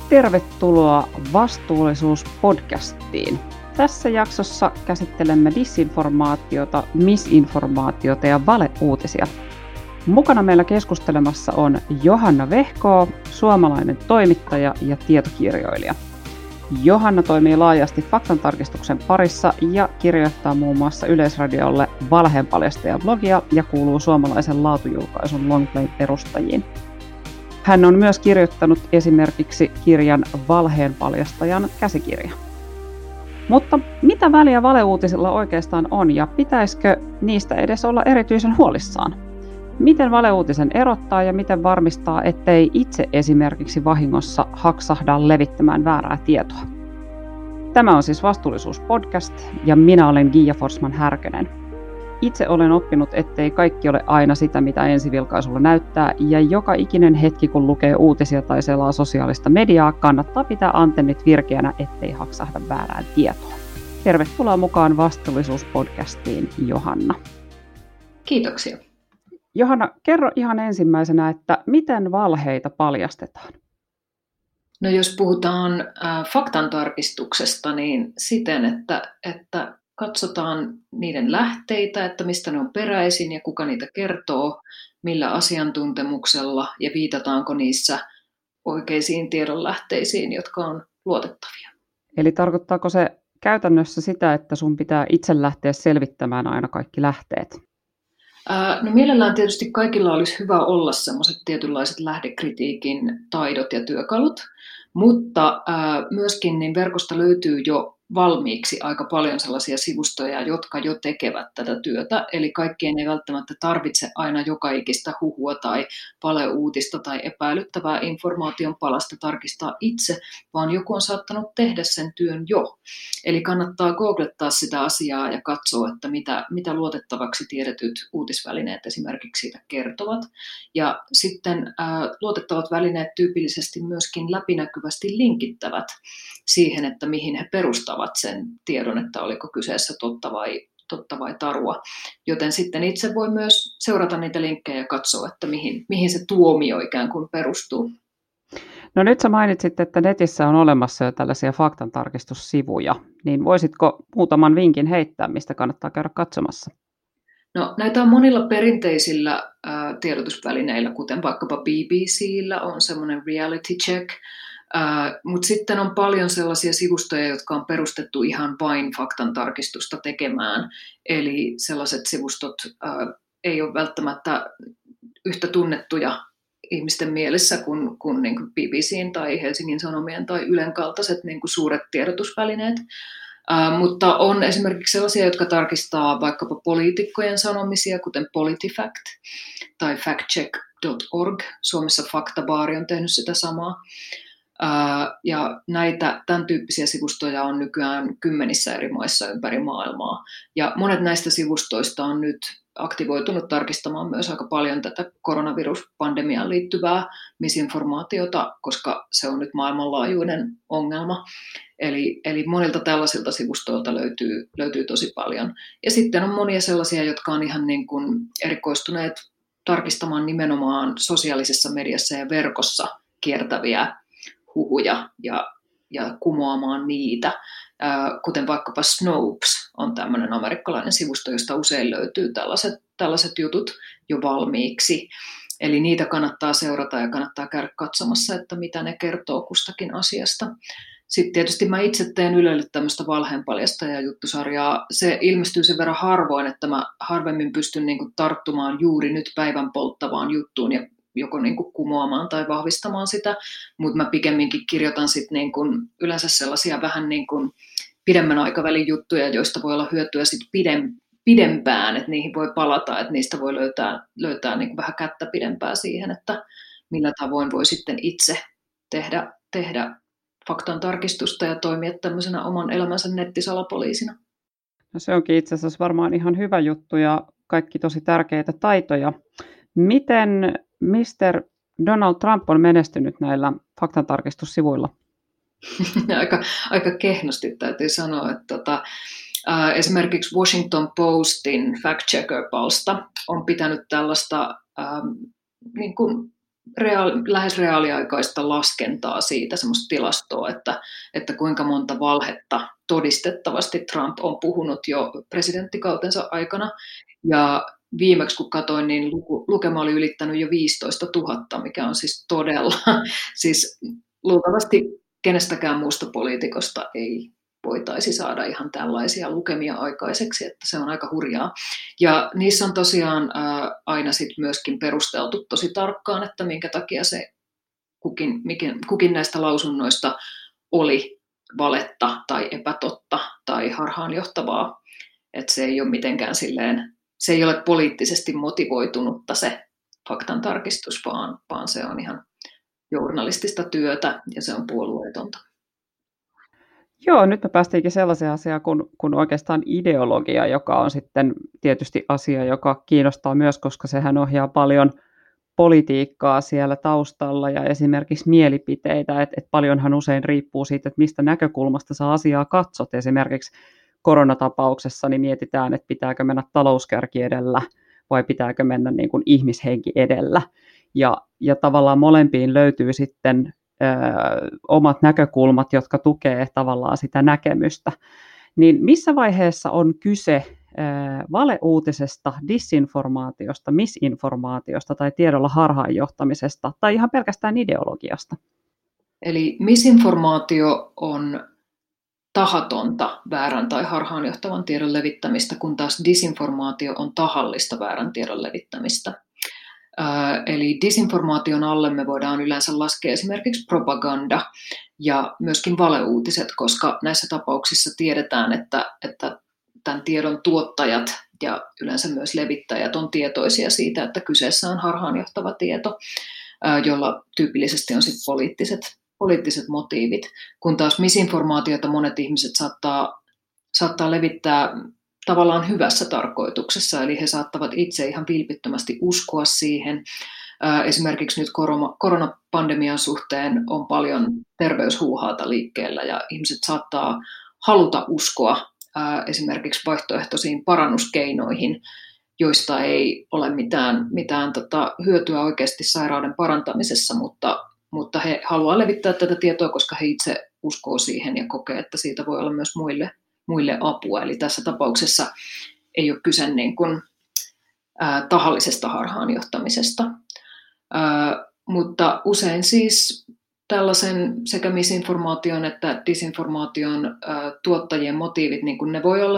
Tervetuloa Vastuullisuus-podcastiin. Tässä jaksossa käsittelemme disinformaatiota, misinformaatiota ja valeuutisia. Mukana meillä keskustelemassa on Johanna Vehkoo, suomalainen toimittaja ja tietokirjoilija. Johanna toimii laajasti faktantarkistuksen parissa ja kirjoittaa muun muassa Yleisradiolle Valheenpaljastaja-blogia ja kuuluu suomalaisen laatujulkaisun Longplayn perustajiin. Hän on myös kirjoittanut esimerkiksi kirjan Valheenpaljastajan käsikirja. Mutta mitä väliä valeuutisilla oikeastaan on ja pitäisikö niistä edes olla erityisen huolissaan? Miten valeuutisen erottaa ja miten varmistaa, ettei itse esimerkiksi vahingossa haksahda levittämään väärää tietoa? Tämä on siis Vastuullisuus-podcast ja minä olen Gia Forsman-Härkönen. Itse olen oppinut, ettei kaikki ole aina sitä, mitä ensivilkaisulla näyttää, ja joka ikinen hetki, kun lukee uutisia tai selaa sosiaalista mediaa, kannattaa pitää antennit virkeänä, ettei haksahda väärään tietoa. Tervetuloa mukaan Vastuullisuus-podcastiin, Johanna. Kiitoksia. Johanna, kerro ihan ensimmäisenä, että miten valheita paljastetaan? No jos puhutaan faktantarkistuksesta, niin siten, että katsotaan niiden lähteitä, että mistä ne on peräisin ja kuka niitä kertoo, millä asiantuntemuksella ja viitataanko niissä oikeisiin tiedonlähteisiin, jotka on luotettavia. Eli tarkoittaako se käytännössä sitä, että sun pitää itse lähteä selvittämään aina kaikki lähteet? No mielellään tietysti kaikilla olisi hyvä olla sellaiset tietynlaiset lähdekritiikin taidot ja työkalut, mutta myöskin niin verkosta löytyy jo valmiiksi aika paljon sellaisia sivustoja, jotka jo tekevät tätä työtä, eli kaikkien ei välttämättä tarvitse aina joka ikistä huhua tai valeuutista tai epäilyttävää informaation palasta tarkistaa itse, vaan joku on saattanut tehdä sen työn jo. Eli kannattaa googlettaa sitä asiaa ja katsoa, että mitä luotettavaksi tiedetyt uutisvälineet esimerkiksi siitä kertovat. Ja sitten luotettavat välineet tyypillisesti myöskin läpinäkyvästi linkittävät siihen, että mihin he perustavat sen tiedon, että oliko kyseessä totta vai tarua. Joten sitten itse voi myös seurata niitä linkkejä ja katsoa, että mihin se tuomio ikään kuin perustuu. No nyt sä mainitsit, että netissä on olemassa jo tällaisia faktantarkistussivuja, niin voisitko muutaman vinkin heittää, mistä kannattaa käydä katsomassa? No, näitä on monilla perinteisillä tiedotusvälineillä, kuten vaikkapa BBC:llä on semmoinen reality check, mutta sitten on paljon sellaisia sivustoja, jotka on perustettu ihan vain faktantarkistusta tekemään. Eli sellaiset sivustot ei ole välttämättä yhtä tunnettuja ihmisten mielessä kuin niin kuin BBC:n tai Helsingin Sanomien tai Ylen kaltaiset niin kuin suuret tiedotusvälineet. Mutta on esimerkiksi sellaisia, jotka tarkistaa vaikkapa poliitikkojen sanomisia, kuten PolitiFact tai factcheck.org. Suomessa Faktabaari on tehnyt sitä samaa. Ja tämän tyyppisiä sivustoja on nykyään kymmenissä eri maissa ympäri maailmaa. Ja monet näistä sivustoista on nyt aktivoitunut tarkistamaan myös aika paljon tätä koronaviruspandemiaan liittyvää misinformaatiota, koska se on nyt maailmanlaajuinen ongelma. Eli monilta tällaisilta sivustoilta löytyy tosi paljon. Ja sitten on monia sellaisia, jotka on ihan niin kuin erikoistuneet tarkistamaan nimenomaan sosiaalisessa mediassa ja verkossa kiertäviä huhuja ja kumoamaan niitä, kuten vaikkapa Snopes on tämmöinen amerikkalainen sivusto, josta usein löytyy tällaiset jutut jo valmiiksi. Eli niitä kannattaa seurata ja kannattaa käydä katsomassa, että mitä ne kertoo kustakin asiasta. Sitten tietysti mä itse teen Ylelle tämmöistä Valheenpaljastaja-juttusarjaa. Se ilmestyy sen verran harvoin, että mä harvemmin pystyn niin kuin tarttumaan juuri nyt päivän polttavaan juttuun ja joko niin kuin kumoamaan tai vahvistamaan sitä, mutta mä pikemminkin kirjoitan sit niin kuin yleensä sellaisia vähän niin kuin pidemmän aikavälin juttuja, joista voi olla hyötyä sit pidempään, että niihin voi palata, että niistä voi löytää niin kuin vähän kättä pidempää siihen, että millä tavoin voi sitten itse tehdä faktan tarkistusta ja toimia tämmöisenä oman elämänsä nettisalapoliisina. No se onkin itse asiassa varmaan ihan hyvä juttu ja kaikki tosi tärkeitä taitoja. Miten Mr. Donald Trump on menestynyt näillä faktantarkistussivuilla? Aika kehnosti täytyy sanoa, että esimerkiksi Washington Postin fact-checker-palsta on pitänyt tällaista niin kuin lähes reaaliaikaista laskentaa siitä, semmoista tilastoa, että kuinka monta valhetta todistettavasti Trump on puhunut jo presidenttikautensa aikana. Ja viimeksi kun katsoin, niin lukema oli ylittänyt jo 15 000, mikä on siis todella, siis luultavasti kenestäkään muusta poliitikosta ei voitaisi saada ihan tällaisia lukemia aikaiseksi, että se on aika hurjaa. Ja niissä on tosiaan aina sit myöskin perusteltu tosi tarkkaan, että minkä takia se kukin näistä lausunnoista oli valetta tai epätotta tai harhaanjohtavaa. Että se ei ole mitenkään silleen, se ei ole poliittisesti motivoitunutta se faktantarkistus, vaan se on ihan journalistista työtä ja se on puolueetonta. Joo, nyt me päästiinkin sellaiseen asiaan kuin oikeastaan ideologia, joka on sitten tietysti asia, joka kiinnostaa myös, koska sehän ohjaa paljon politiikkaa siellä taustalla ja esimerkiksi mielipiteitä, että paljonhan usein riippuu siitä, että mistä näkökulmasta sä asiaa katsot. Esimerkiksi koronatapauksessa niin mietitään, että pitääkö mennä talouskärki edellä vai pitääkö mennä niin kuin ihmishenki edellä. Ja tavallaan molempiin löytyy sitten omat näkökulmat, jotka tukee tavallaan sitä näkemystä. Niin missä vaiheessa on kyse valeuutisesta, disinformaatiosta, misinformaatiosta tai tiedolla harhaanjohtamisesta tai ihan pelkästään ideologiasta? Eli misinformaatio on tahatonta väärän tai harhaanjohtavan tiedon levittämistä, kun taas disinformaatio on tahallista väärän tiedon levittämistä. Eli disinformaation alle me voidaan yleensä laskea esimerkiksi propaganda ja myöskin valeuutiset, koska näissä tapauksissa tiedetään, että tämän tiedon tuottajat ja yleensä myös levittäjät on tietoisia siitä, että kyseessä on harhaanjohtava tieto, jolla tyypillisesti on sit poliittiset motiivit, kun taas misinformaatiota monet ihmiset saattaa levittää tavallaan hyvässä tarkoituksessa, eli he saattavat itse ihan vilpittömästi uskoa siihen. Esimerkiksi nyt koronapandemian suhteen on paljon terveyshuuhaata liikkeellä ja ihmiset saattaa haluta uskoa esimerkiksi vaihtoehtoisiin parannuskeinoihin, joista ei ole mitään hyötyä oikeasti sairauden parantamisessa, mutta he haluavat levittää tätä tietoa, koska he itse uskoo siihen ja kokee, että siitä voi olla myös muille apua. Eli tässä tapauksessa ei ole kyse niin kuin, tahallisesta harhaanjohtamisesta. Mutta usein siis tällaisen sekä misinformaation että disinformaation tuottajien motiivit, niin kuin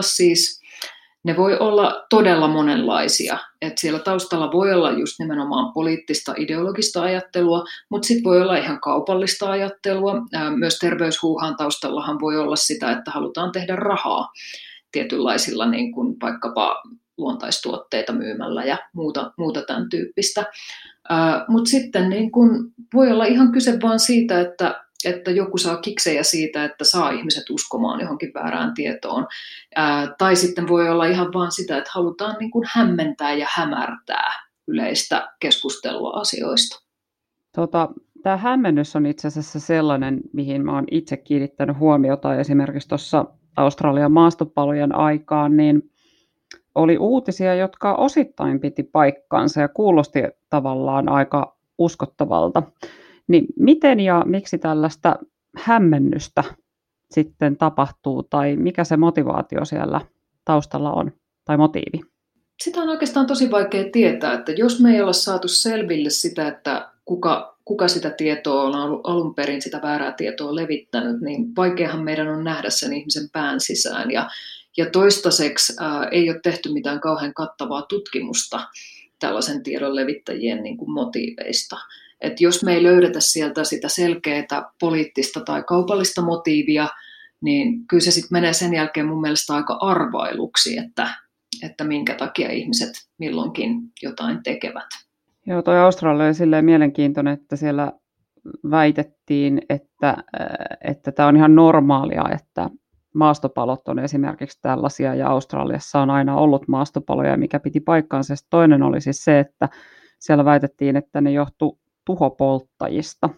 ne voi olla todella monenlaisia. Et siellä taustalla voi olla just nimenomaan poliittista, ideologista ajattelua, mutta sitten voi olla ihan kaupallista ajattelua. Myös terveyshuuhan taustallahan voi olla sitä, että halutaan tehdä rahaa tietynlaisilla niin kuin vaikkapa luontaistuotteita myymällä ja muuta tämän tyyppistä. Mutta sitten niin kun voi olla ihan kyse vaan siitä, että joku saa kiksejä siitä, että saa ihmiset uskomaan johonkin väärään tietoon. Tai sitten voi olla ihan vaan sitä, että halutaan niin kun hämmentää ja hämärtää yleistä keskustelua asioista. Tämä hämmennys on itse asiassa sellainen, mihin mä oon itse kiinnittänyt huomiota esimerkiksi tuossa Australian maastopalojen aikaan, niin oli uutisia, jotka osittain piti paikkaansa ja kuulosti tavallaan aika uskottavalta. Niin miten ja miksi tällaista hämmennystä sitten tapahtuu tai mikä se motivaatio siellä taustalla on tai motiivi? Sitä on oikeastaan tosi vaikea tietää, että jos me ei olla saatu selville sitä, että kuka sitä tietoa on alun perin sitä väärää tietoa levittänyt, niin vaikeahan meidän on nähdä sen ihmisen pään sisään. Ja toistaiseksi ei ole tehty mitään kauhean kattavaa tutkimusta tällaisen tiedon levittäjien niin kuin motiiveista. Et jos me ei löydetä sieltä sitä selkeää poliittista tai kaupallista motiivia, niin kyllä se sitten menee sen jälkeen mun mielestä aika arvailuksi, että minkä takia ihmiset milloinkin jotain tekevät. Joo, toi Australia oli silleen mielenkiintoinen, että siellä väitettiin, että tämä on ihan normaalia, että maastopalot on esimerkiksi tällaisia ja Australiassa on aina ollut maastopaloja, mikä piti paikkaansa. Toinen oli siis se, että siellä väitettiin, että ne johtuu tuhopolttajista.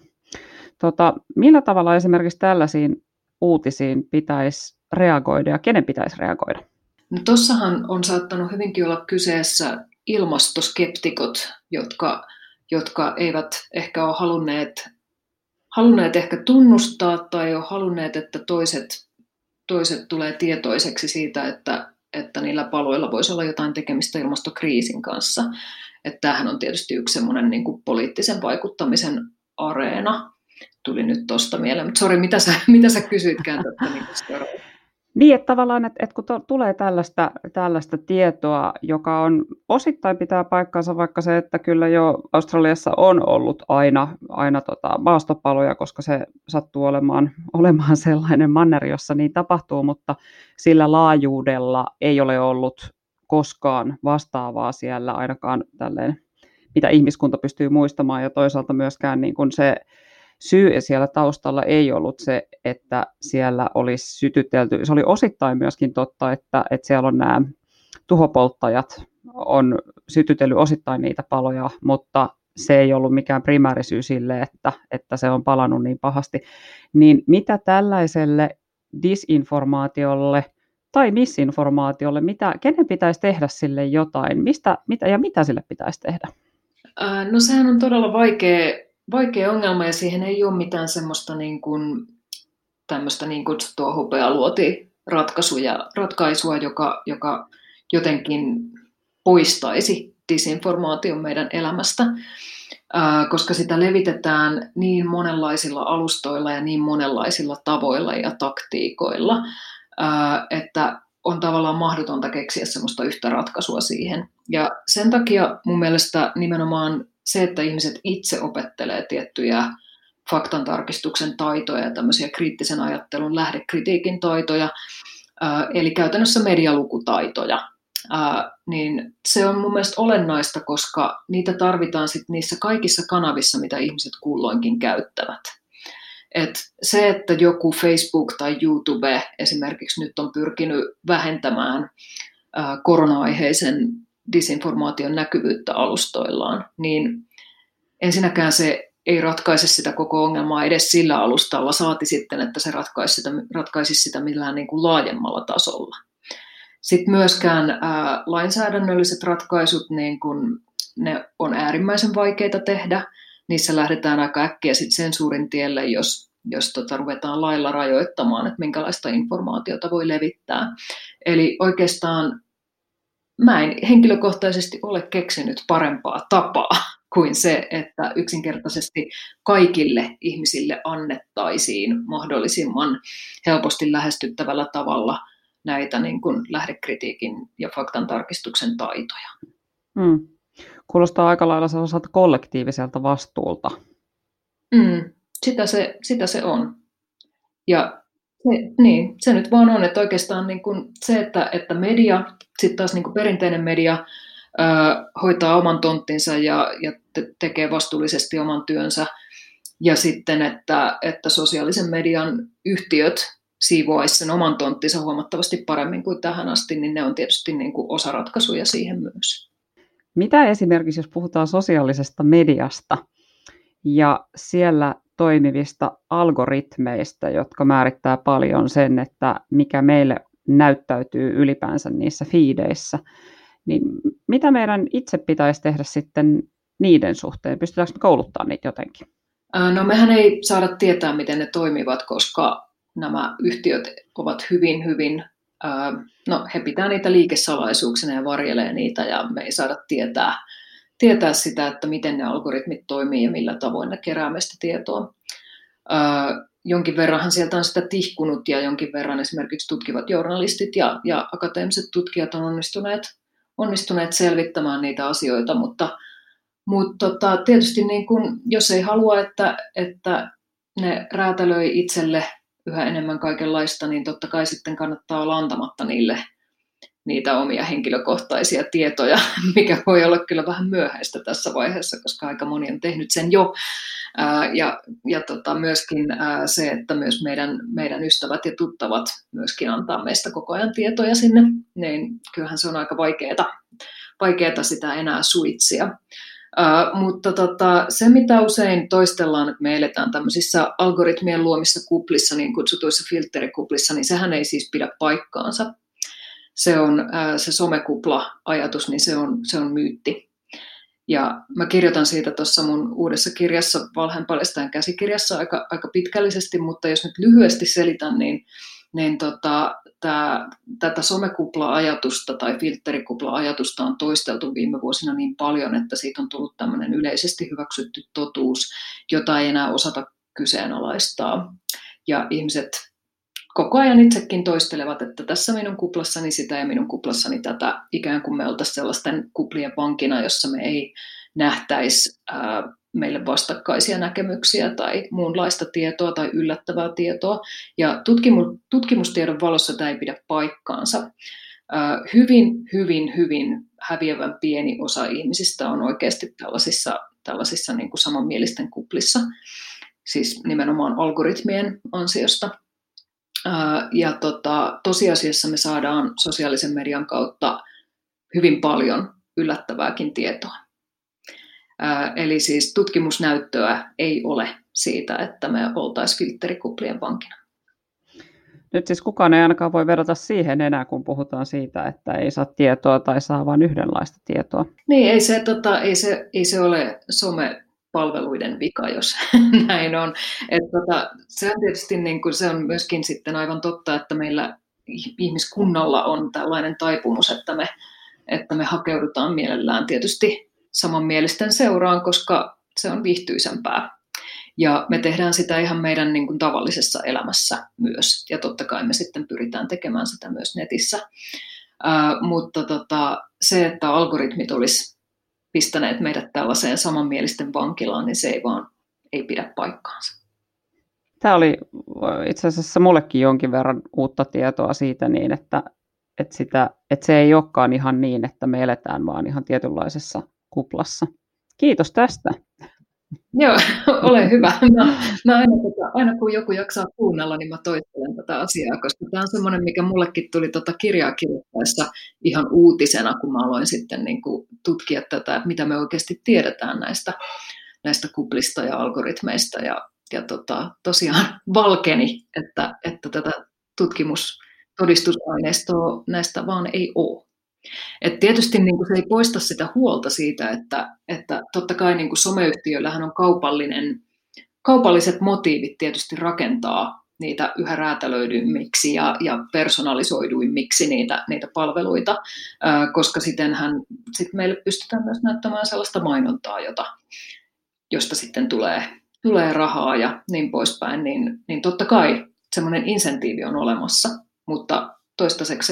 Millä tavalla esimerkiksi tällaisiin uutisiin pitäisi reagoida ja kenen pitäisi reagoida? No tossahan on saattanut hyvinkin olla kyseessä ilmastoskeptikot, jotka jotka eivät ehkä ole halunneet ehkä tunnustaa tai ole halunneet, että toiset tulee tietoiseksi siitä, että niillä paloilla voisi olla jotain tekemistä ilmastokriisin kanssa. Että tämähän on tietysti yksi semmoinen niin kuin poliittisen vaikuttamisen areena. Tuli nyt tuosta mieleen, mutta sori, mitä sä kysyitkään tästä Niin, että tavallaan, että kun tulee tällaista tietoa, joka on osittain pitää paikkaansa, vaikka se, että kyllä jo Australiassa on ollut aina maastopaloja, koska se sattuu olemaan sellainen manner, jossa niin tapahtuu, mutta sillä laajuudella ei ole ollut koskaan vastaavaa siellä ainakaan tälleen, mitä ihmiskunta pystyy muistamaan, ja toisaalta myöskään niin kuin se syy siellä taustalla ei ollut se, että siellä olisi sytytelty. Se oli osittain myöskin totta, että siellä on nämä tuhopolttajat on sytytellyt osittain niitä paloja, mutta se ei ollut mikään primäärisyy sille, että se on palannut niin pahasti. Niin mitä tällaiselle disinformaatiolle tai misinformaatiolle, kenen pitäisi tehdä sille jotain? Mitä sille pitäisi tehdä? No sehän on todella vaikea ongelma ja siihen ei ole mitään semmoista tämmöistä niin kutsuttua hopealuoti-ratkaisua, joka jotenkin poistaisi disinformaation meidän elämästä, koska sitä levitetään niin monenlaisilla alustoilla ja niin monenlaisilla tavoilla ja taktiikoilla, että on tavallaan mahdotonta keksiä semmoista yhtä ratkaisua siihen. Ja sen takia mun mielestä nimenomaan se, että ihmiset itse opettelee tiettyjä faktantarkistuksen taitoja ja tämmöisiä kriittisen ajattelun lähdekritiikin taitoja, eli käytännössä medialukutaitoja, niin se on mun mielestä olennaista, koska niitä tarvitaan sit niissä kaikissa kanavissa, mitä ihmiset kulloinkin käyttävät. Et se, että joku Facebook tai YouTube esimerkiksi nyt on pyrkinyt vähentämään korona-aiheisen disinformaation näkyvyyttä alustoillaan, niin ensinnäkään se ei ratkaise sitä koko ongelmaa edes sillä alustalla, saati sitten, että se ratkaisisi sitä millään niin kuin laajemmalla tasolla. Sitten myöskään lainsäädännölliset ratkaisut, niin kun ne on äärimmäisen vaikeita tehdä. Niissä lähdetään aika äkkiä sit sensuurin tielle, jos ruvetaan lailla rajoittamaan, että minkälaista informaatiota voi levittää. Eli oikeastaan mä en henkilökohtaisesti ole keksinyt parempaa tapaa kuin se, että yksinkertaisesti kaikille ihmisille annettaisiin mahdollisimman helposti lähestyttävällä tavalla näitä niin kuin lähdekritiikin ja faktantarkistuksen taitoja. Kuulostaa aika lailla sellaiselta kollektiiviselta vastuulta. Sitä se on. Ja se nyt vaan on, että oikeastaan niin kuin se, että media, sitten taas niin kuin perinteinen media hoitaa oman tonttinsa ja tekee vastuullisesti oman työnsä, ja sitten, että sosiaalisen median yhtiöt siivoaisi sen oman tonttinsa huomattavasti paremmin kuin tähän asti, niin ne on tietysti niin kuin osa ratkaisuja siihen myös. Mitä esimerkiksi, jos puhutaan sosiaalisesta mediasta ja siellä toimivista algoritmeista, jotka määrittää paljon sen, että mikä meille näyttäytyy ylipäänsä niissä feedeissä, niin mitä meidän itse pitäisi tehdä sitten niiden suhteen? Pystytäänkö me kouluttamaan niitä jotenkin? No mehän ei saada tietää, miten ne toimivat, koska nämä yhtiöt ovat hyvin, he pitää niitä liikesalaisuuksina ja varjelee niitä, ja me ei saada tietää sitä, että miten ne algoritmit toimii ja millä tavoin ne kerää meistä tietoa. Jonkin verranhan sieltä on sitä tihkunut, ja jonkin verran esimerkiksi tutkivat journalistit ja akateemiset tutkijat on onnistuneet selvittämään niitä asioita, mutta tietysti niin kun, jos ei halua, että ne räätälöi itselle yhä enemmän kaikenlaista, niin totta kai sitten kannattaa olla antamatta niitä omia henkilökohtaisia tietoja, mikä voi olla kyllä vähän myöhäistä tässä vaiheessa, koska aika moni on tehnyt sen jo. Ja myöskin se, että myös meidän ystävät ja tuttavat myöskin antaa meistä koko ajan tietoja sinne, niin kyllähän se on aika vaikeaa sitä enää suitsia. Mutta se, mitä usein toistellaan, että me eletään tämmöisissä algoritmien luomissa kuplissa, niin kutsutuissa filterikuplissa, niin sehän ei siis pidä paikkaansa. Se somekupla-ajatus, niin se on myytti. Ja mä kirjoitan siitä tuossa mun uudessa kirjassa, Valheenpaljastajan käsikirjassa aika pitkällisesti, mutta jos nyt lyhyesti selitän, niin tätä somekupla-ajatusta tai filtterikupla-ajatusta on toisteltu viime vuosina niin paljon, että siitä on tullut tämmöinen yleisesti hyväksytty totuus, jota ei enää osata kyseenalaistaa. Ja ihmiset koko ajan itsekin toistelevat, että tässä minun kuplassani sitä ja minun kuplassani tätä, ikään kuin me oltaisiin sellaisten kuplien vankina, jossa me ei nähtäisi meille vastakkaisia näkemyksiä tai muunlaista tietoa tai yllättävää tietoa. Ja tutkimustiedon valossa tämä ei pidä paikkaansa. Hyvin häviävän pieni osa ihmisistä on oikeasti tällaisissa niin kuin samanmielisten kuplissa, siis nimenomaan algoritmien ansiosta. Ja tosiasiassa me saadaan sosiaalisen median kautta hyvin paljon yllättävääkin tietoa. Eli siis tutkimusnäyttöä ei ole siitä, että me oltaisiin filtterikuplien vankina. Nyt siis kukaan ei ainakaan voi verrata siihen enää, kun puhutaan siitä, että ei saa tietoa tai saa vain yhdenlaista tietoa. Niin, ei se ole somepalveluiden vika, jos näin on. Se on tietysti se on myöskin sitten aivan totta, että meillä ihmiskunnalla on tällainen taipumus, että me hakeudutaan mielellään tietysti samanmielisten seuraan, koska se on viihtyisämpää. Ja me tehdään sitä ihan meidän niin kuin tavallisessa elämässä myös. Ja totta kai me sitten pyritään tekemään sitä myös netissä. Mutta se, että algoritmit olisi pistäneet meidät tällaiseen samanmielisten vankilaan, niin se ei pidä paikkaansa. Tämä oli itse asiassa mullekin jonkin verran uutta tietoa siitä, niin että se ei olekaan ihan niin, että me eletään vaan ihan tietynlaisessa kuplassa. Kiitos tästä. Joo, ole hyvä. Mä aina kun joku jaksaa kuunnella, niin mä toistelen tätä asiaa, koska tämä on semmoinen, mikä mullekin tuli kirjaa kirjoittaessa ihan uutisena, kun mä aloin sitten niin kuin tutkia tätä, että mitä me oikeasti tiedetään näistä kuplista ja algoritmeista. Ja tosiaan valkeni, että tätä tutkimustodistusaineistoa näistä vaan ei ole. Et tietysti niin kuin se ei poista sitä huolta siitä, että totta kai niin kuin someyhtiöillähän on kaupalliset motiivit tietysti rakentaa niitä yhä räätälöidyimmiksi ja personalisoiduimmiksi niitä palveluita, koska sit meille pystytään myös näyttämään sellaista mainontaa, josta sitten tulee rahaa ja niin poispäin, niin totta kai semmoinen insentiivi on olemassa, mutta toistaiseksi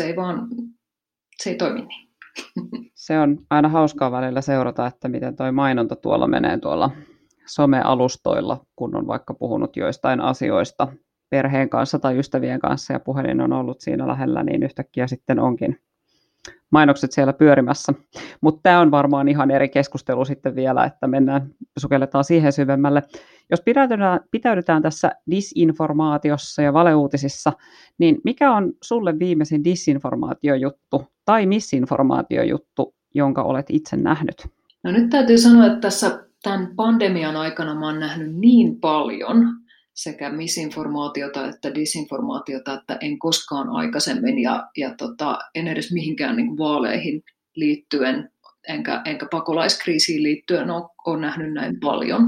se ei toimi niin. Se on aina hauskaa välillä seurata, että miten toi mainonta tuolla menee tuolla somealustoilla, kun on vaikka puhunut joistain asioista perheen kanssa tai ystävien kanssa ja puhelin on ollut siinä lähellä, niin yhtäkkiä sitten onkin mainokset siellä pyörimässä. Mutta tämä on varmaan ihan eri keskustelu sitten vielä, että sukelletaan siihen syvemmälle. Jos pitäydytään tässä disinformaatiossa ja valeuutisissa, niin mikä on sulle viimeisin disinformaatiojuttu tai misinformaatiojuttu, jonka olet itse nähnyt? No nyt täytyy sanoa, että tässä tämän pandemian aikana mä oon nähnyt niin paljon sekä misinformaatiota että disinformaatiota, että en koskaan aikaisemmin ja en edes mihinkään niin kuin vaaleihin liittyen enkä pakolaiskriisiin liittyen ole nähnyt näin paljon.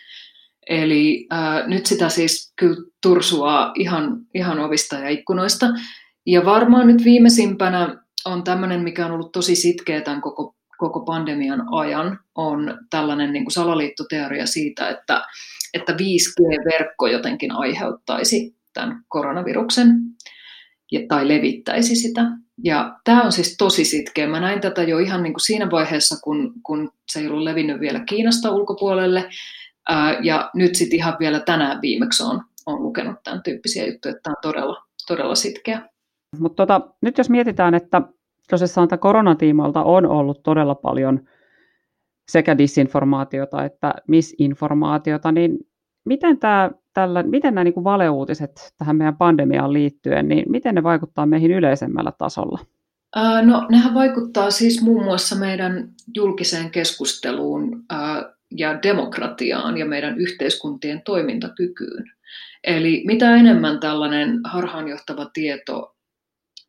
Eli nyt sitä siis kyllä tursuaa ihan ovista ja ikkunoista. Ja varmaan nyt viimeisimpänä on tämmöinen, mikä on ollut tosi sitkeä tämän koko pandemian ajan, on tällainen niin kuin salaliittoteoria siitä, että 5G-verkko jotenkin aiheuttaisi tämän koronaviruksen tai levittäisi sitä. Ja tämä on siis tosi sitkeä. Mä näin tätä jo ihan niin kuin siinä vaiheessa, kun se ei ollut levinnyt vielä Kiinasta ulkopuolelle. Ja nyt sitten ihan vielä tänään viimeksi on lukenut tämän tyyppisiä juttuja, että tämä on todella, todella sitkeä. Mutta nyt jos mietitään, että tosissaan koronatiimoilta on ollut todella paljon sekä disinformaatiota että misinformaatiota, niin miten nämä niin kuin valeuutiset tähän meidän pandemiaan liittyen, niin miten ne vaikuttaa meihin yleisemmällä tasolla? No, nehän vaikuttaa siis muun muassa meidän julkiseen keskusteluun ja demokratiaan ja meidän yhteiskuntien toimintakykyyn. Eli mitä enemmän tällainen harhaanjohtava tieto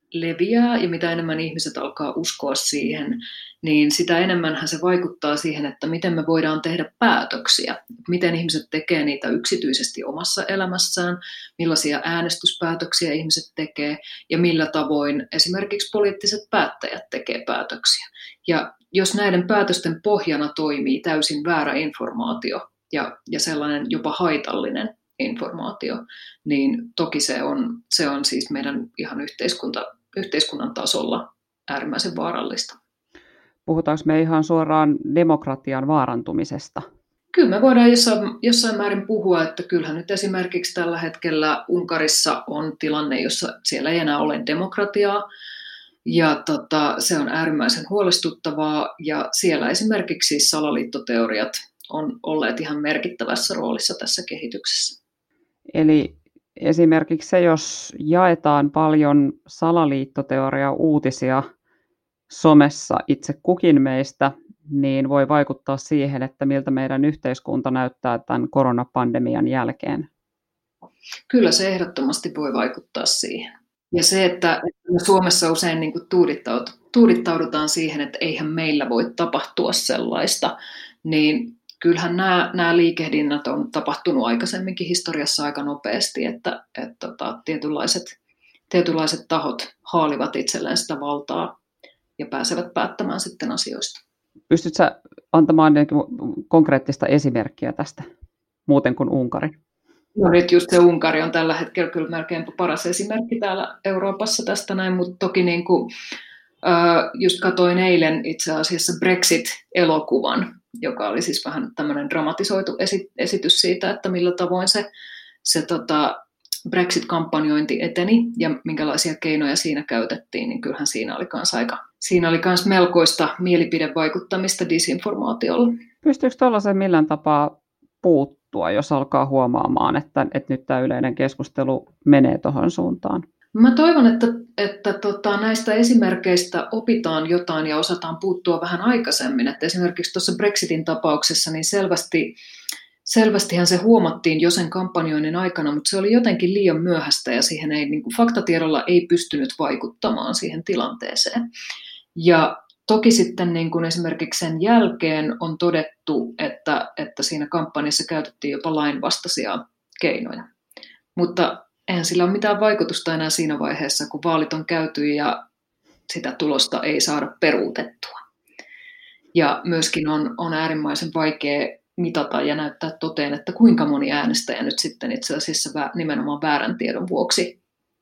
leviää ja mitä enemmän ihmiset alkaa uskoa siihen, niin sitä enemmän se vaikuttaa siihen, että miten me voidaan tehdä päätöksiä, miten ihmiset tekee niitä yksityisesti omassa elämässään, millaisia äänestyspäätöksiä ihmiset tekee ja millä tavoin esimerkiksi poliittiset päättäjät tekee päätöksiä. Ja jos näiden päätösten pohjana toimii täysin väärä informaatio ja sellainen jopa haitallinen informaatio, niin toki se on siis meidän ihan yhteiskunnan tasolla äärimmäisen vaarallista. Puhutaanko me ihan suoraan demokratian vaarantumisesta? Kyllä me voidaan jossain määrin puhua, että kyllähän nyt esimerkiksi tällä hetkellä Unkarissa on tilanne, jossa siellä ei enää ole demokratiaa, ja se on äärimmäisen huolestuttavaa, ja siellä esimerkiksi salaliittoteoriat on olleet ihan merkittävässä roolissa tässä kehityksessä. Eli esimerkiksi se, jos jaetaan paljon salaliittoteoria-uutisia somessa itse kukin meistä, niin voi vaikuttaa siihen, että miltä meidän yhteiskunta näyttää tämän koronapandemian jälkeen. Kyllä se ehdottomasti voi vaikuttaa siihen. Ja se, että me Suomessa usein niin kuin tuudittaudutaan siihen, että eihän meillä voi tapahtua sellaista, niin kyllähän nämä liikehdinnät on tapahtunut aikaisemminkin historiassa aika nopeasti, että tietynlaiset tahot haalivat itselleen sitä valtaa ja pääsevät päättämään sitten asioista. Pystytkö sä antamaan konkreettista esimerkkiä tästä, muuten kuin Unkari? No nyt just se Unkari on tällä hetkellä kyllä melkein paras esimerkki täällä Euroopassa tästä näin, mutta toki niin kuin, just katoin eilen itse asiassa Brexit-elokuvan, joka oli siis vähän tämmöinen dramatisoitu esitys siitä, että millä tavoin se Brexit-kampanjointi eteni ja minkälaisia keinoja siinä käytettiin, niin kyllähän siinä oli kans melkoista mielipidevaikuttamista disinformaatiolla. Pystyykö tuollaisen millään tapaa puuttua, jos alkaa huomaamaan, että nyt tämä yleinen keskustelu menee tuohon suuntaan? Mä toivon, että näistä esimerkkeistä opitaan jotain ja osataan puuttua vähän aikaisemmin. Että esimerkiksi tuossa Brexitin tapauksessa niin selvästihän se huomattiin jo sen kampanjoinnin aikana, mutta se oli jotenkin liian myöhäistä ja siihen niin kuin faktatiedolla ei pystynyt vaikuttamaan siihen tilanteeseen. Ja toki sitten niin kuin esimerkiksi sen jälkeen on todettu, että siinä kampanjassa käytettiin jopa lainvastaisia keinoja. Mutta eihän sillä ole mitään vaikutusta enää siinä vaiheessa, kun vaalit on käyty ja sitä tulosta ei saada peruutettua. Ja myöskin on äärimmäisen vaikea mitata ja näyttää toteen, että kuinka moni äänestäjä nyt sitten itse asiassa nimenomaan väärän tiedon vuoksi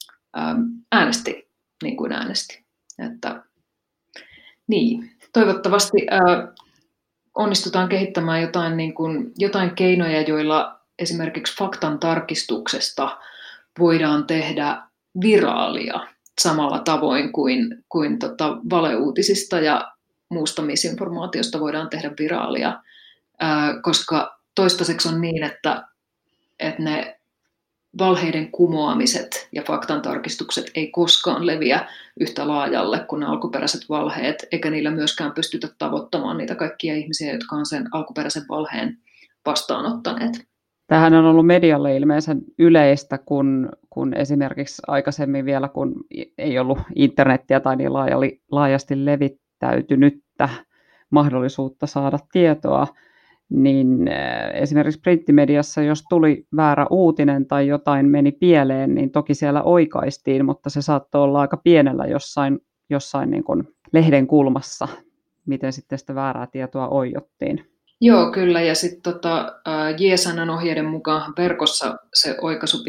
äänesti niin kuin äänesti. Että, niin. Toivottavasti onnistutaan kehittämään jotain keinoja, joilla esimerkiksi faktan tarkistuksesta voidaan tehdä viraalia samalla tavoin kuin valeuutisista ja muusta misinformaatiosta voidaan tehdä viraalia, koska toistaiseksi on niin, että ne valheiden kumoamiset ja faktan tarkistukset ei koskaan leviä yhtä laajalle kuin ne alkuperäiset valheet, eikä niillä myöskään pystytä tavoittamaan niitä kaikkia ihmisiä, jotka on sen alkuperäisen valheen vastaanottaneet. Tämähän on ollut medialle ilmeisen yleistä, kun esimerkiksi aikaisemmin vielä, kun ei ollut internettiä tai niin laajasti levittäytynyttä mahdollisuutta saada tietoa, niin esimerkiksi printtimediassa, jos tuli väärä uutinen tai jotain meni pieleen, niin toki siellä oikaistiin, mutta se saattoi olla aika pienellä jossain niin kuin lehden kulmassa, miten sitten sitä väärää tietoa oijottiin. Joo, kyllä. Ja sitten JSN:n ohjeiden mukaan verkossa se oikaisu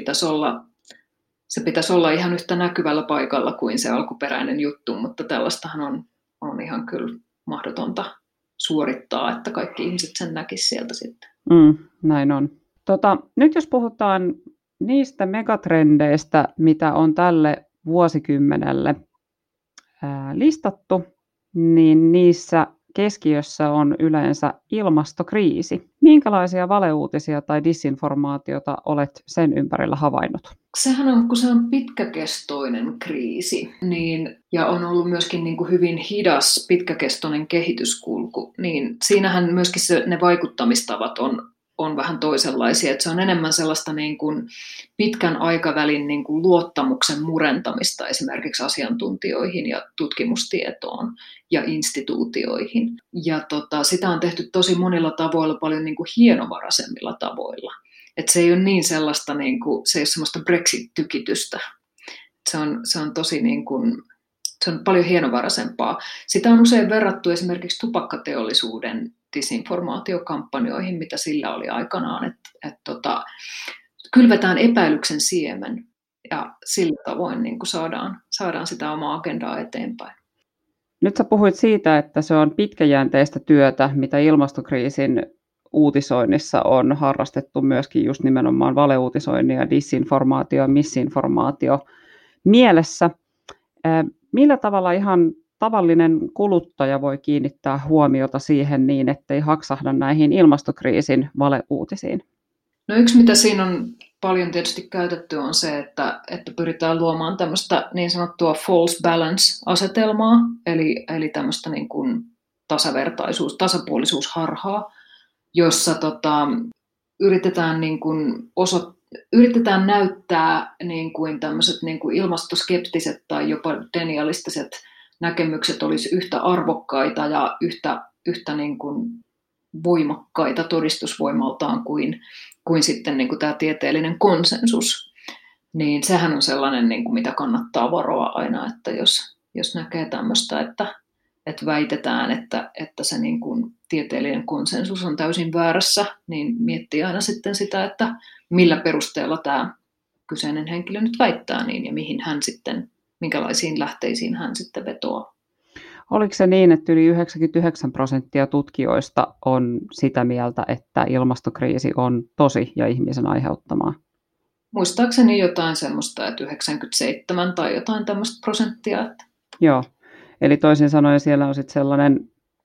pitäisi olla ihan yhtä näkyvällä paikalla kuin se alkuperäinen juttu, mutta tällaistahan on ihan kyllä mahdotonta suorittaa, että kaikki ihmiset sen näkisivät sieltä sitten. Näin on. Nyt jos puhutaan niistä megatrendeistä, mitä on tälle vuosikymmenelle listattu, niin niissä keskiössä on yleensä ilmastokriisi. Minkälaisia valeuutisia tai disinformaatiota olet sen ympärillä havainnut? Kun se on pitkäkestoinen kriisi, ja on ollut myöskin niin kuin hyvin hidas pitkäkestoinen kehityskulku, niin siinähän myöskin ne vaikuttamistavat on vähän toisenlaisia. Että se on enemmän sellaista niin kuin pitkän aikavälin niin kuin luottamuksen murentamista esimerkiksi asiantuntijoihin ja tutkimustietoon ja instituutioihin. Ja sitä on tehty tosi monilla tavoilla, paljon niin kuin hienovaraisemmilla tavoilla. Että se ei ole niin sellaista, niin kuin, se ei ole sellaista Brexit-tykitystä. Se on tosi niin kuin, se on paljon hienovaraisempaa. Sitä on usein verrattu esimerkiksi tupakkateollisuuden disinformaatiokampanjoihin, mitä sillä oli aikanaan, että kylvetään epäilyksen siemen ja sillä tavoin niin kuin saadaan sitä omaa agendaa eteenpäin. Nyt sä puhuit siitä, että se on pitkäjänteistä työtä, mitä ilmastokriisin uutisoinnissa on harrastettu myöskin just nimenomaan valeuutisoinnin ja disinformaatio ja misinformaatio mielessä. Millä tavalla ihan tavallinen kuluttaja voi kiinnittää huomiota siihen niin, ettei haksahda näihin ilmastokriisin valeuutisiin? No yksi, mitä siinä on paljon tietysti käytetty, on se, että pyritään luomaan tämmöistä niin sanottua false balance-asetelmaa, eli tämmöistä niin kuin tasapuolisuusharhaa, jossa yritetään, niin kuin yritetään näyttää niin kuin tämmöiset niin kuin ilmastoskeptiset tai jopa denialistiset näkemykset olisi yhtä arvokkaita ja yhtä niin kuin voimakkaita todistusvoimaltaan kuin sitten niin kuin tämä tieteellinen konsensus. Niin sehän on sellainen, niin kuin mitä kannattaa varoa aina, että jos näkee tämmöistä, että väitetään, että se niin kuin tieteellinen konsensus on täysin väärässä, niin miettii aina sitten sitä, että millä perusteella tämä kyseinen henkilö nyt väittää niin ja minkälaisiin lähteisiin hän sitten vetoaa. Oliko se niin, että yli 99% tutkijoista on sitä mieltä, että ilmastokriisi on tosi ja ihmisen aiheuttamaa? Muistaakseni jotain semmoista, että 97 tai jotain tämmöistä prosenttia. Että... Joo, eli toisin sanoen siellä on sitten sellainen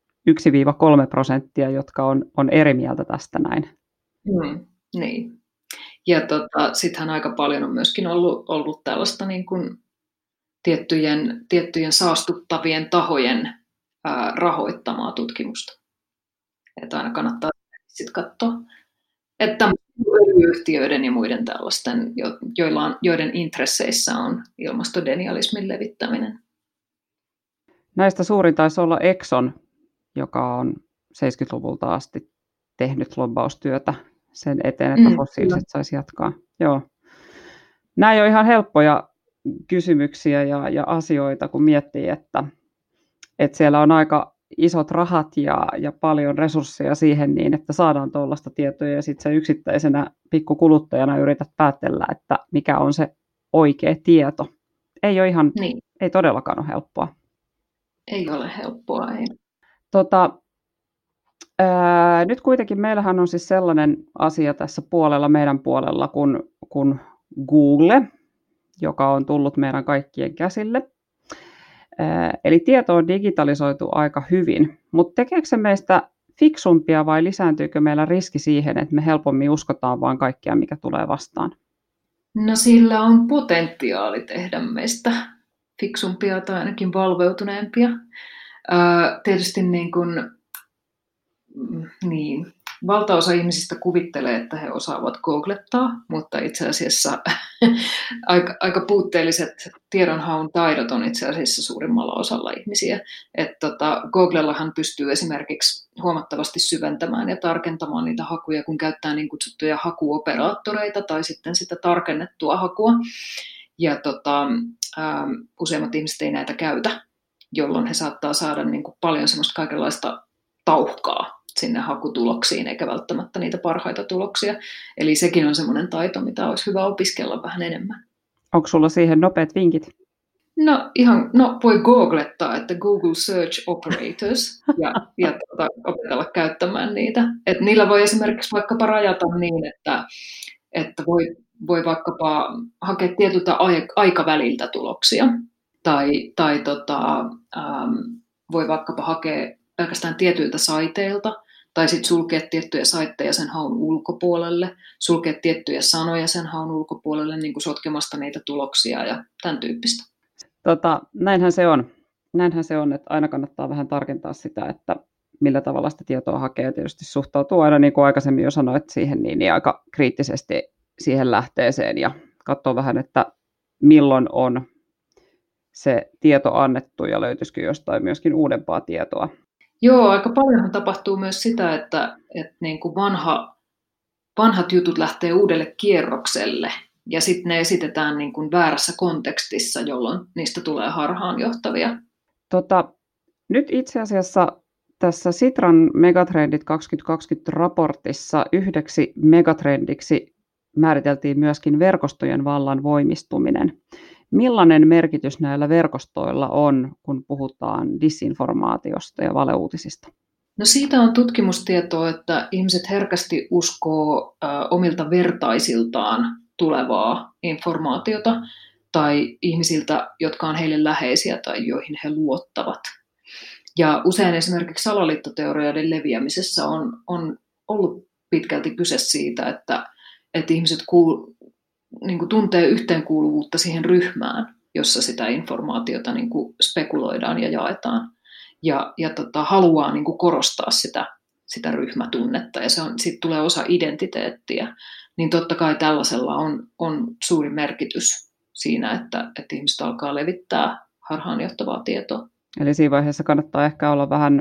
1-3%, jotka on eri mieltä tästä näin. Niin. Ja sittenhän aika paljon on myöskin ollut tällaista niin kuin tiettyjen saastuttavien tahojen rahoittamaa tutkimusta. Että aina kannattaa sitten katsoa, että öljy-yhtiöiden ja muiden tällaisten, joiden intresseissä on ilmastodenialismin levittäminen. Näistä suurin taisi olla Exxon, joka on 70-luvulta asti tehnyt lobbaustyötä sen eteen, että fossiiliset saisi jatkaa. Joo. Nämä ei ole ihan helppoja kysymyksiä ja asioita, kun miettii, että siellä on aika isot rahat ja paljon resursseja siihen niin, että saadaan tuollaista tietoa ja sitten sä yksittäisenä pikkukuluttajana yrität päätellä, että mikä on se oikea tieto. Ei ole ihan, ei todellakaan ole helppoa. Ei ole helppoa, ei. Nyt kuitenkin meillähän on siis sellainen asia tässä meidän puolella kuin Google, joka on tullut meidän kaikkien käsille. Eli tieto on digitalisoitu aika hyvin, mutta tekeekö se meistä fiksumpia vai lisääntyykö meillä riski siihen, että me helpommin uskotaan vaan kaikkea, mikä tulee vastaan? No sillä on potentiaali tehdä meistä fiksumpia tai ainakin valveutuneempia. Tietysti valtaosa ihmisistä kuvittelee, että he osaavat googlettaa, mutta itse asiassa aika puutteelliset tiedonhaun taidot on itse asiassa suurimmalla osalla ihmisiä. Googlellahan pystyy esimerkiksi huomattavasti syventämään ja tarkentamaan niitä hakuja, kun käyttää niin kutsuttuja hakuoperaattoreita tai sitten sitä tarkennettua hakua. Ja useimmat ihmiset ei näitä käytä, jolloin he saattaa saada niin kuin paljon semmoista kaikenlaista tauhkaa sinne hakutuloksiin, eikä välttämättä niitä parhaita tuloksia. Eli sekin on semmoinen taito, mitä olisi hyvä opiskella vähän enemmän. Onko sulla siihen nopeat vinkit? Voi googlettaa, että Google Search Operators ja opetella käyttämään niitä. Et niillä voi esimerkiksi vaikkapa rajata niin, että voi vaikkapa hakea tietyltä aikaväliltä tuloksia tai voi vaikkapa hakea pelkästään tietyiltä saiteilta tai sitten sulkea tiettyjä saitteja sen haun ulkopuolelle, sulkea tiettyjä sanoja sen haun ulkopuolelle niin kuin sotkemasta niitä tuloksia ja tämän tyyppistä. Näinhän se on. Näinhän se on, että aina kannattaa vähän tarkentaa sitä, että millä tavalla sitä tietoa hakee. Tietysti suhtautuu aina, niin kuin aikaisemmin jo sanoit, siihen niin aika kriittisesti siihen lähteeseen ja katsoo vähän, että milloin on se tieto annettu ja löytyisikö jostain myöskin uudempaa tietoa. Joo, aika paljonhan tapahtuu myös sitä, että niin kuin vanhat jutut lähtee uudelle kierrokselle ja sitten ne esitetään niin kuin väärässä kontekstissa, jolloin niistä tulee harhaanjohtavia. Nyt itse asiassa tässä Sitran Megatrendit 2020-raportissa yhdeksi megatrendiksi määriteltiin myöskin verkostojen vallan voimistuminen. Millainen merkitys näillä verkostoilla on, kun puhutaan disinformaatiosta ja valeuutisista? No siitä on tutkimustietoa, että ihmiset herkästi uskoo omilta vertaisiltaan tulevaa informaatiota tai ihmisiltä, jotka on heille läheisiä tai joihin he luottavat. Ja usein esimerkiksi salaliittoteorioiden leviämisessä on ollut pitkälti kyse siitä, että ihmiset niin kuin tuntee yhteenkuuluvuutta siihen ryhmään, jossa sitä informaatiota niin kuin spekuloidaan ja jaetaan. Ja haluaa niin kuin korostaa sitä ryhmätunnetta, ja siitä tulee osa identiteettiä. Niin totta kai tällaisella on suuri merkitys siinä, että ihmiset alkaa levittää harhaanjohtavaa tietoa. Eli siinä vaiheessa kannattaa ehkä olla vähän,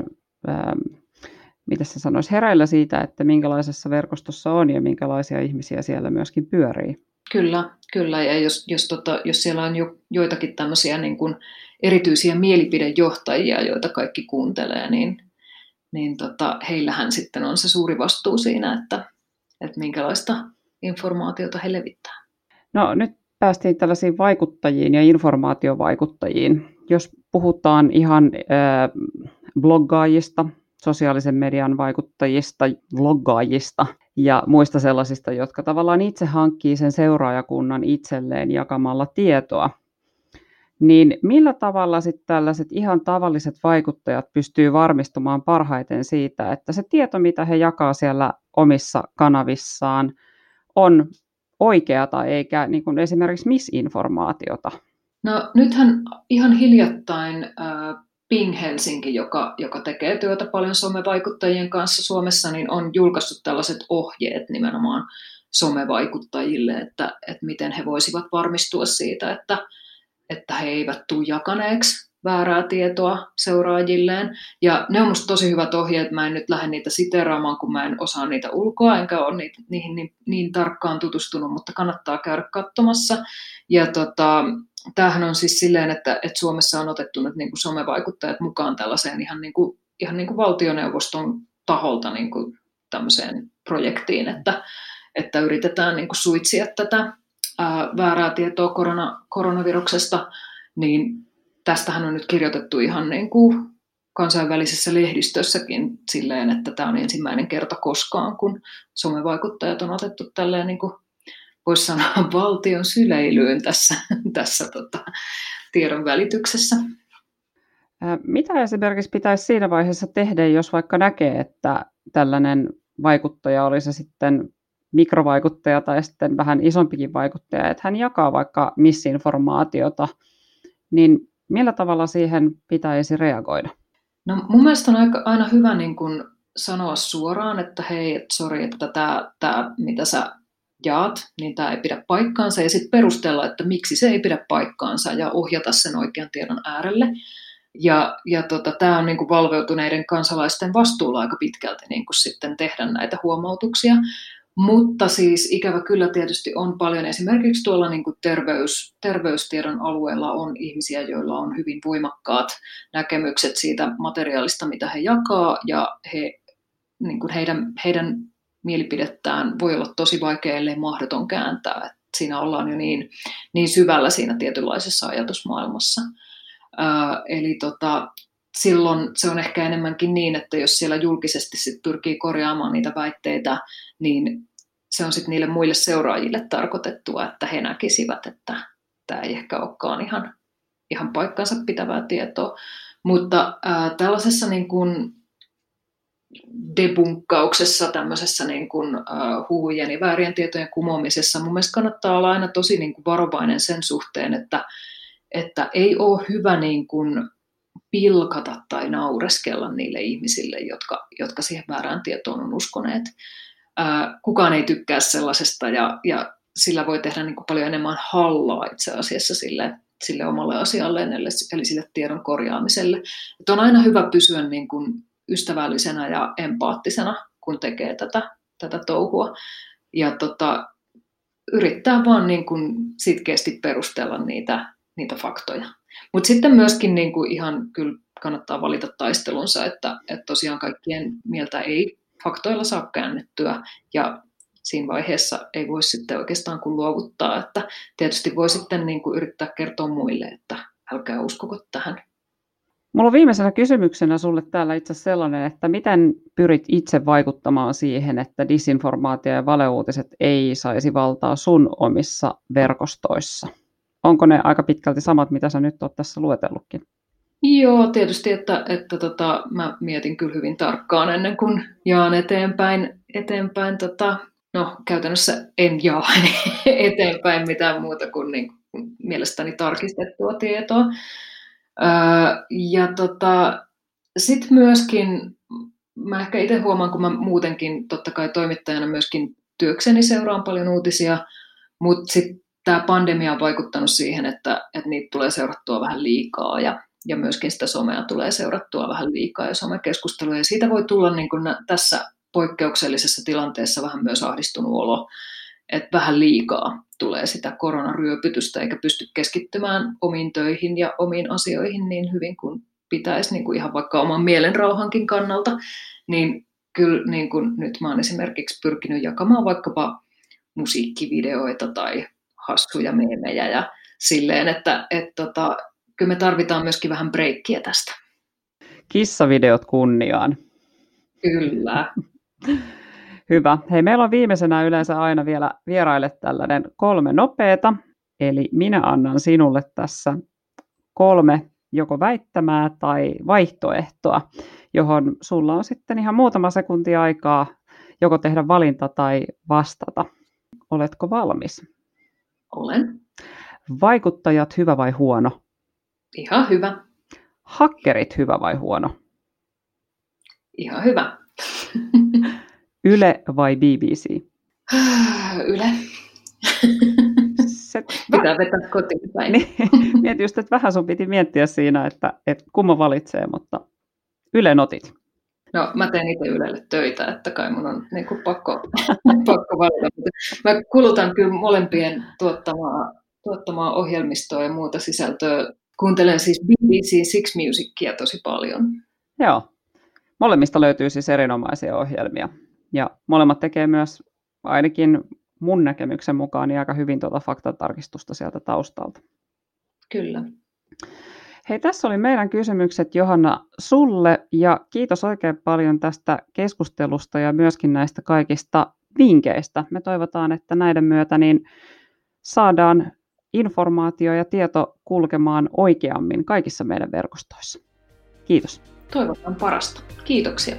mitä se sanoisi, hereillä siitä, että minkälaisessa verkostossa on ja minkälaisia ihmisiä siellä myöskin pyörii. Kyllä. Ja jos siellä on joitakin tämmöisiä niin kuin erityisiä mielipidejohtajia, joita kaikki kuuntelee, niin heillähän sitten on se suuri vastuu siinä, että minkälaista informaatiota he levittää. No nyt päästiin tällaisiin vaikuttajiin ja informaatiovaikuttajiin. Jos puhutaan ihan bloggaajista, sosiaalisen median vaikuttajista, vloggaajista ja muista sellaisista, jotka tavallaan itse hankkii sen seuraajakunnan itselleen jakamalla tietoa, niin millä tavalla sitten tällaiset ihan tavalliset vaikuttajat pystyy varmistumaan parhaiten siitä, että se tieto, mitä he jakaa siellä omissa kanavissaan, on oikeata eikä niin kuin esimerkiksi misinformaatiota? No nythän ihan hiljattain Ping Helsinki, joka tekee työtä paljon somevaikuttajien kanssa Suomessa, niin on julkaissut tällaiset ohjeet nimenomaan somevaikuttajille, että miten he voisivat varmistua siitä, että he eivät tule jakaneeksi väärää tietoa seuraajilleen. Ja ne on musta tosi hyvät ohjeet. Mä en nyt lähde niitä siteeraamaan, kun mä en osaa niitä ulkoa, enkä ole niihin niin tarkkaan tutustunut, mutta kannattaa käydä katsomassa. Ja tämähän on siis silleen, että Suomessa on otettu nyt niin kuin somevaikuttajat mukaan tällaiseen ihan niin kuin valtioneuvoston taholta niin kuin tämmöiseen projektiin, että yritetään niin kuin suitsia tätä väärää tietoa koronaviruksesta, niin tästähän on nyt kirjoitettu ihan niin kuin kansainvälisessä lehdistössäkin silleen, että tämä on ensimmäinen kerta koskaan, kun somevaikuttajat on otettu tälleen niin kuin voisi sanoa valtion syleilyyn tässä tiedon välityksessä. Mitä esimerkiksi pitäisi siinä vaiheessa tehdä, jos vaikka näkee, että tällainen vaikuttaja, oli se sitten mikrovaikuttaja tai sitten vähän isompikin vaikuttaja, että hän jakaa vaikka misinformaatiota, niin millä tavalla siihen pitäisi reagoida? No mun mielestä on aina hyvä niin kuin sanoa suoraan, että hei, sori, että tämä mitä sä jaat, niin tämä ei pidä paikkaansa, ja sitten perustella, että miksi se ei pidä paikkaansa, ja ohjata sen oikean tiedon äärelle. Ja tämä on niin kuin valveutuneiden kansalaisten vastuulla aika pitkälti niin kuin sitten tehdä näitä huomautuksia. Mutta siis ikävä kyllä tietysti on paljon, esimerkiksi tuolla niin kuin terveystiedon alueella on ihmisiä, joilla on hyvin voimakkaat näkemykset siitä materiaalista, mitä he jakaa, ja niin kuin heidän mielipidettään voi olla tosi vaikea, ellei mahdoton kääntää. Et siinä ollaan jo niin syvällä siinä tietynlaisessa ajatusmaailmassa. Eli silloin se on ehkä enemmänkin niin, että jos siellä julkisesti sit pyrkii korjaamaan niitä väitteitä, niin se on sitten niille muille seuraajille tarkoitettua, että he näkisivät, että tämä ei ehkä olekaan ihan paikkansa pitävää tietoa. Mutta tällaisessa niin kuin debunkkauksessa, tämmöisessä niin kuin huhujen ja väärien tietojen kumoamisessa mun mielestä kannattaa olla aina tosi niin kuin varovainen sen suhteen, että ei ole hyvä niin kuin pilkata tai naureskella niille ihmisille, jotka siihen väärään tietoon on uskoneet. Kukaan ei tykkää sellaisesta ja sillä voi tehdä niin kuin paljon enemmän hallaa itse asiassa sille omalle asialleen, eli sille tiedon korjaamiselle. Että on aina hyvä pysyä niin kuin ystävällisenä ja empaattisena, kun tekee tätä touhua. Ja yrittää vaan niin kuin sitkeästi perustella niitä faktoja. Mutta sitten myöskin niin kuin ihan kyllä kannattaa valita taistelunsa, että tosiaan kaikkien mieltä ei faktoilla saa käännettyä, ja siinä vaiheessa ei voi sitten oikeastaan kuin luovuttaa, että tietysti voi sitten niin kuin yrittää kertoa muille, että älkää uskoko tähän. Mulla on viimeisenä kysymyksenä sulle täällä itse asiassa sellainen, että miten pyrit itse vaikuttamaan siihen, että disinformaatio ja valeuutiset ei saisi valtaa sun omissa verkostoissa? Onko ne aika pitkälti samat, mitä sä nyt oot tässä luetellutkin? Joo, tietysti, että mä mietin kyllä hyvin tarkkaan ennen kuin jaan eteenpäin. No, käytännössä en jaa eteenpäin mitään muuta kuin mielestäni tarkistettua tietoa. Ja sitten myöskin, mä ehkä itse huomaan, kun mä muutenkin totta kai toimittajana myöskin työkseni seuraan paljon uutisia, mutta sitten tämä pandemia on vaikuttanut siihen, että niitä tulee seurattua vähän liikaa ja myöskin sitä somea tulee seurattua vähän liikaa ja somekeskustelua. Ja siitä voi tulla niin kuin tässä poikkeuksellisessa tilanteessa vähän myös ahdistunut olo, että vähän liikaa tulee sitä koronaryöpytystä eikä pysty keskittymään omiin töihin ja omiin asioihin niin hyvin kuin pitäisi niin kuin ihan vaikka oman mielenrauhankin kannalta. Niin kyllä niin kuin nyt mä oon esimerkiksi pyrkinyt jakamaan vaikkapa musiikkivideoita tai hassuja meemejä ja silleen, että kyllä me tarvitaan myöskin vähän breikkiä tästä. Kissavideot kunniaan. Kyllä. Hyvä. Hei, meillä on viimeisenä yleensä aina vielä vieraille tällainen 3 nopeata. Eli minä annan sinulle tässä 3 joko väittämää tai vaihtoehtoa, johon sulla on sitten ihan muutama sekunti aikaa joko tehdä valinta tai vastata. Oletko valmis? Olen. Vaikuttajat hyvä vai huono? Ihan hyvä. Hakkerit hyvä vai huono? Ihan hyvä. Yle vai BBC? Yle. Pitää vetää kotiin päin. Mietin just, että vähän sun piti miettiä siinä, että kumma valitsee, mutta Ylen otit. No, mä teen itse Ylelle töitä, että kai mun on niin kuin pakko valita. Mä kulutan kyllä molempien tuottamaa ohjelmistoa ja muuta sisältöä. Kuuntelen siis BBC Six Musicia tosi paljon. Joo. Molemmista löytyy siis erinomaisia ohjelmia. Ja molemmat tekee myös ainakin mun näkemyksen mukaan niin aika hyvin faktatarkistusta sieltä taustalta. Kyllä. Hei, tässä oli meidän kysymykset, Johanna, sulle, ja kiitos oikein paljon tästä keskustelusta ja myöskin näistä kaikista vinkkeistä. Me toivotaan, että näiden myötä niin saadaan informaatio ja tieto kulkemaan oikeammin kaikissa meidän verkostoissa. Kiitos. Toivotan parasta. Kiitoksia.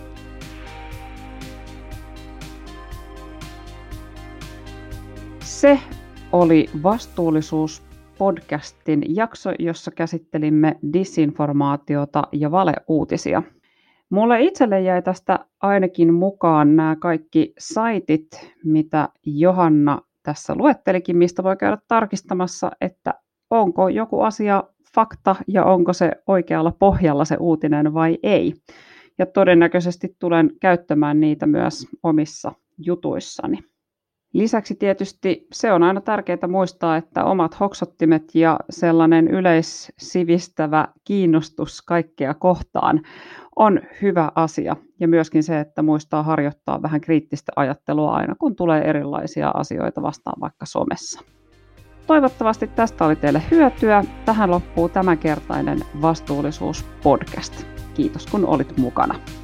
Se oli Vastuullisuus-podcastin jakso, jossa käsittelimme disinformaatiota ja valeuutisia. Mulle itselle jäi tästä ainakin mukaan nämä kaikki saitit, mitä Johanna tässä luettelikin, mistä voi käydä tarkistamassa, että onko joku asia fakta ja onko se oikealla pohjalla se uutinen vai ei. Ja todennäköisesti tulen käyttämään niitä myös omissa jutuissani. Lisäksi tietysti se on aina tärkeää muistaa, että omat hoksottimet ja sellainen yleissivistävä kiinnostus kaikkea kohtaan on hyvä asia. Ja myöskin se, että muistaa harjoittaa vähän kriittistä ajattelua aina, kun tulee erilaisia asioita vastaan vaikka somessa. Toivottavasti tästä oli teille hyötyä. Tähän loppuu tämänkertainen Vastuullisuus-podcast. Kiitos kun olit mukana.